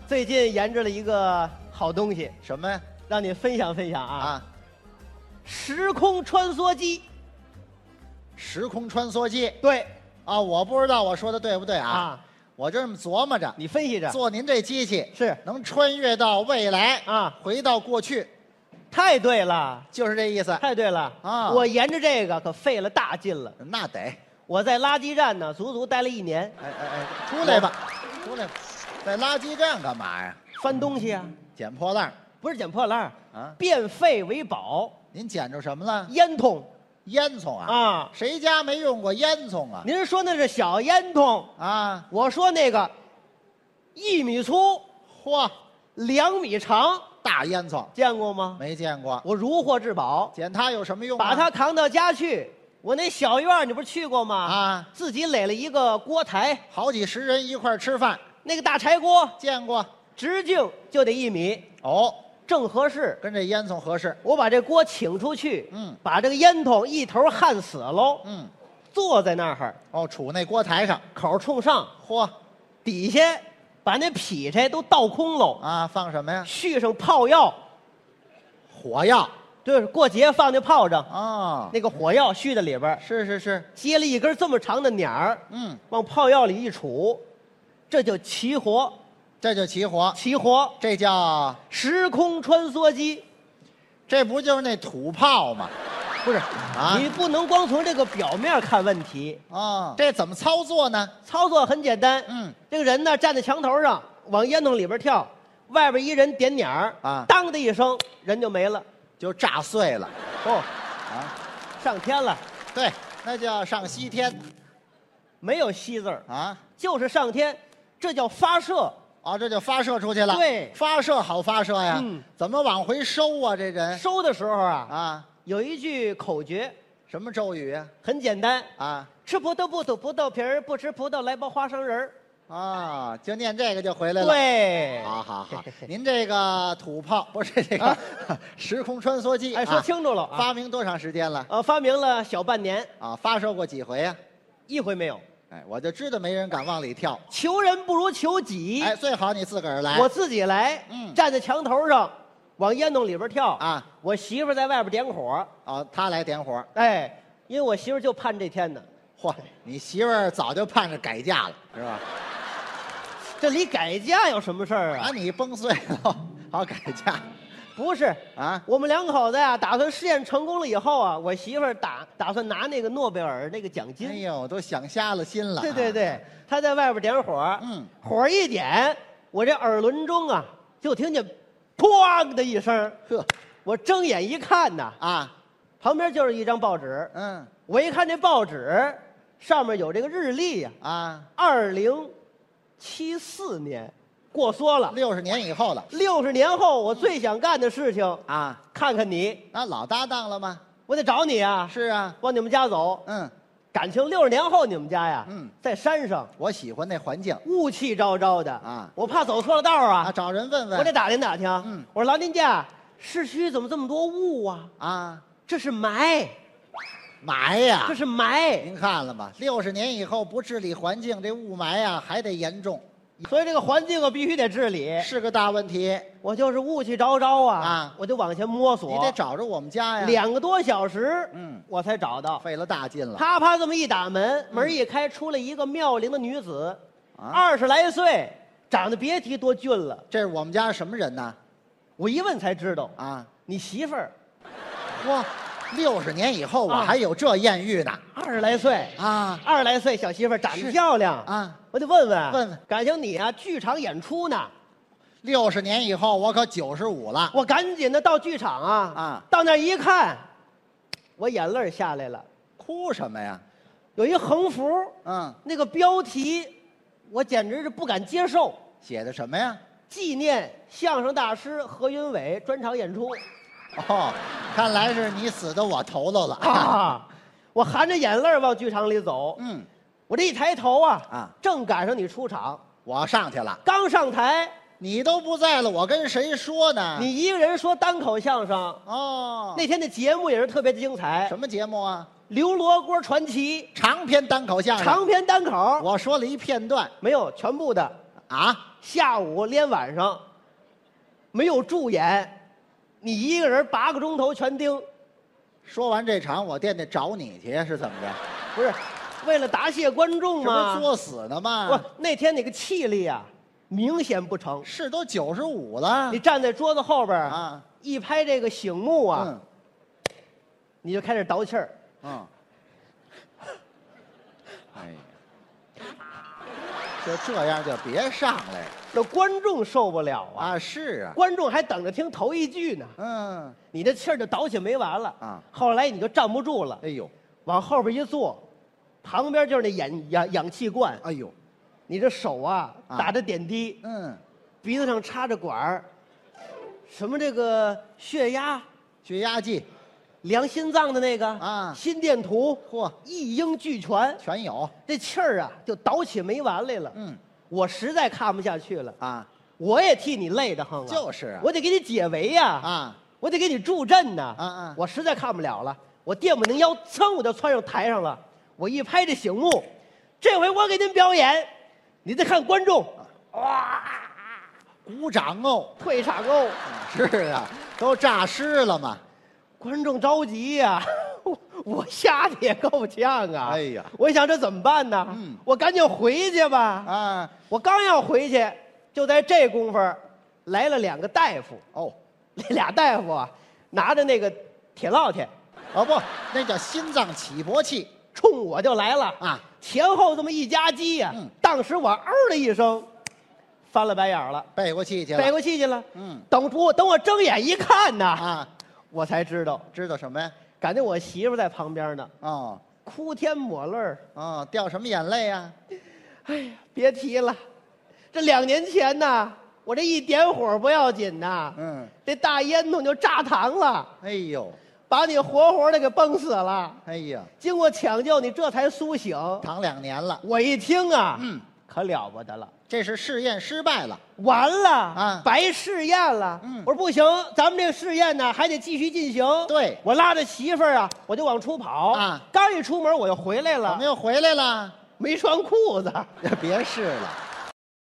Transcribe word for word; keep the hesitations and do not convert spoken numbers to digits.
最近研制了一个好东西， 什么呀？ 让你分享分享啊！ 啊， 时空穿梭机。 时空穿梭机对啊，我不知道我说的对不对啊？ 啊， 我这么琢磨着， 你分析着， 做您这机器是能穿越到未来啊， 回到过去， 太对了， 就是这意思。 太对了啊我研制这个可费了大劲了。 那得，哎我在垃圾站呢，足足待了一年， 哎哎，出来吧，出来吧，在垃圾站干嘛呀？ 翻东西啊， 捡破烂儿不是捡破烂儿啊？ 变废为宝， 您捡着什么了？ 烟筒烟囱啊？ 啊。 谁家没用过烟囱啊？ 您说那是小烟筒， 啊， 我说那个一米粗， 嚯， 两米长， 大烟囱见过吗？ 没见过。 我如获至宝， 捡它有什么用啊？ 把它扛到家去。我那小院儿你不是去过吗？ 啊， 自己垒了一个锅台， 好几十人一块儿吃饭， 那个大柴锅见过。 直径就得一米， 哦， 正合适。 跟这烟囱合适。 我把这锅请出去， 嗯把这个烟筒一头焊死喽， 嗯， 坐在那儿， 哦，杵那锅台上。 口冲上， 嚯， 底下把那劈柴都倒空喽， 啊，放什么呀？ 续上炮药， 火药。 就是过节放那炮仗， 哦， 那个火药续在里边儿， 是是是。 接了一根这么长的捻儿， 嗯， 往炮药里一杵，这就齐活， 这就齐活。 齐活这叫， 时空穿梭机。 这不就是那土炮吗？ 不是啊你不能光从这个表面看问题， 哦，这怎么操作呢？ 操作很简单。 嗯， 这个人呢站在墙头上，往烟囱里边跳，外边一人点捻儿啊当的一声，人就没了。 就炸碎了。 哦， 啊， 上天了， 对，那叫上西天。 没有西字儿， 啊， 就是上天，这叫发射。 哦，这就发射出去了。 对发射好发射呀。 嗯怎么往回收啊？这人收的时候啊， 啊， 有一句口诀， 什么咒语啊？ 很简单： 啊吃葡萄不吐葡萄皮儿，不吃葡萄来包花生仁儿。 啊，就念这个就回来了。， 对， 好好好，您这个土炮不是这个、 啊时空穿梭机， 哎，说啊清楚了啊。 发明多长时间了？ 呃，发明了小半年， 啊，发射过几回呀、 一回没有。 哎，我就知道没人敢往里跳。 求人不如求己， 哎，最好你自个儿来。 我自己来， 嗯站在墙头上，往烟囱里边跳啊。 我媳妇儿在外边点火， 哦，他来点火。 哎，因为我媳妇儿就盼这天呢。 嚯，你媳妇儿早就盼着改嫁了，是吧？ 这离改嫁有什么事儿啊？ 啊，你崩碎了，好改嫁不是， 啊？ 我们两口子呀，打算试验成功了以后啊，我媳妇儿打打算拿那个诺贝尔那个奖金。 哎呦，都想瞎了心了。 对对对，她在外边点火， 嗯， 火一点，我这耳轮中啊，就听见哐的一声， 呵我睁眼一看呐， 啊， 旁边就是一张报纸， 嗯我一看这报纸上面有这个日历呀、 啊， 二零七四年，过缩了。 六十年以后了六十年后，我最想干的事情， 啊， 看看你， 那老搭档了吗？ 我得找你啊， 是啊， 往你们家走。 嗯， 感情六十年后你们家呀， 嗯在山上， 我喜欢那环境雾气昭昭的啊我怕走错了道啊， 啊，找人问问。 我得打听打听。 嗯我说老您家市区怎么这么多雾啊？ 啊， 这是霾， 霾呀这，是霾。 您看了吗？六十年以后不治理环境，这雾霾呀还得严重， 所以这个环境啊必须得治理。 是个大问题。 我就是雾气昭昭啊， 啊我就往前摸索， 你得找着我们家呀。 两个多小时， 嗯， 我才找到。 费了大劲了。 啪啪这么一打门，门一开，出来一个妙龄的女子， 啊， 二十来岁，长得别提多俊了。 这是我们家什么人呢？ 我一问才知道， 啊， 你媳妇儿嚯，六十年以后我啊还有这艳遇呢。 二十来岁， 啊二十来岁小媳妇儿长得是漂亮啊， 我得问问问问， 感情你啊，剧场演出呢？ 六十年以后我可九十五了。 我赶紧的到剧场啊， 啊， 到那儿一看，我眼泪儿下来了。 哭什么呀？ 有一横幅， 嗯， 那个标题，我简直是不敢接受。 写的什么呀？ 纪念相声大师何云伟专场演出哦，看来是你死的我头头了。 啊！我含着眼泪儿往剧场里走， 嗯， 我这一抬头啊， 啊正赶上你出场， 我上去了， 刚上台， 你都不在了，我跟谁说呢？ 你一个人说单口相声。 哦， 那天的节目也是特别的精彩， 什么节目啊？ 刘罗锅传奇长篇单口相声。 长篇单口， 我说了一片段。 没有全部的， 啊， 下午连晚上没有住眼，你一个人八个钟头全盯。 说完这场，我惦记找你去，是怎么着？ 不是为了答谢观众这不吗？ 是作死呢吗？ 不，那天那个气力啊，明显不成。 是都九十五了你站在桌子后边啊， 一拍这个醒目啊， 嗯你就开始倒气儿。 嗯，哎呀，就这样就别上来了那观众受不了啊， 啊！是啊， 观众还等着听头一句呢， 嗯， 你这气儿就倒起没完了啊。 后来你就站不住了， 哎呦， 往后边一坐，旁边就是那氧氧氧气罐， 哎呦， 你这手啊啊打着点滴， 嗯， 鼻子上插着管儿，什么这个血压、 血压计量心脏的那个啊心电图， 嚯一应俱全， 全有。 这气儿啊就倒起没完来了。 嗯我实在看不下去了， 啊， 我也替你累得慌啊。 就是啊我得给你解围呀、 啊， 我得给你助阵呐。 啊啊我实在看不了了，我垫不拧腰，噌我就窜上台上了。我一拍这醒目，这回我给您表演，你再看观众，哇， 鼓掌哦。 退场哦。 是啊，都诈尸了嘛。 观众着急呀、我我吓得也够呛啊！ 哎呀我想这怎么办呢？ 嗯我赶紧回去吧。 啊， 我刚要回去，就在这功夫，来了两个大夫。 哦， 那俩大夫啊，拿着那个铁烙铁， 哦不，那叫心脏起搏器冲我就来了啊！ 前后这么一夹击呀、 嗯当时我嗷的一声，翻了白眼儿了， 背过气去背了。 过气去了。 嗯等出等我睁眼一看呐， 啊， 我才知道， 知道什么呀？ 感觉我媳妇在旁边呢， 哦哭天抹泪儿。 哦，掉什么眼泪呀？ 哎呀，别提了，这两年前呐，我这一点火不要紧呐， 嗯， 这大烟囱就炸膛了， 哎呦， 把你活活的给崩死了。 哎呀， 经过抢救，你这才苏醒。 躺两年了， 我一听啊， 嗯， 可了不得了， 这是试验失败了。 完了啊白试验了。 嗯我说不行，咱们这个试验呢还得继续进行。 对我拉着媳妇儿啊，我就往出跑啊， 刚一出门我又回来了怎么，又回来了？ 没穿裤子。 别试了。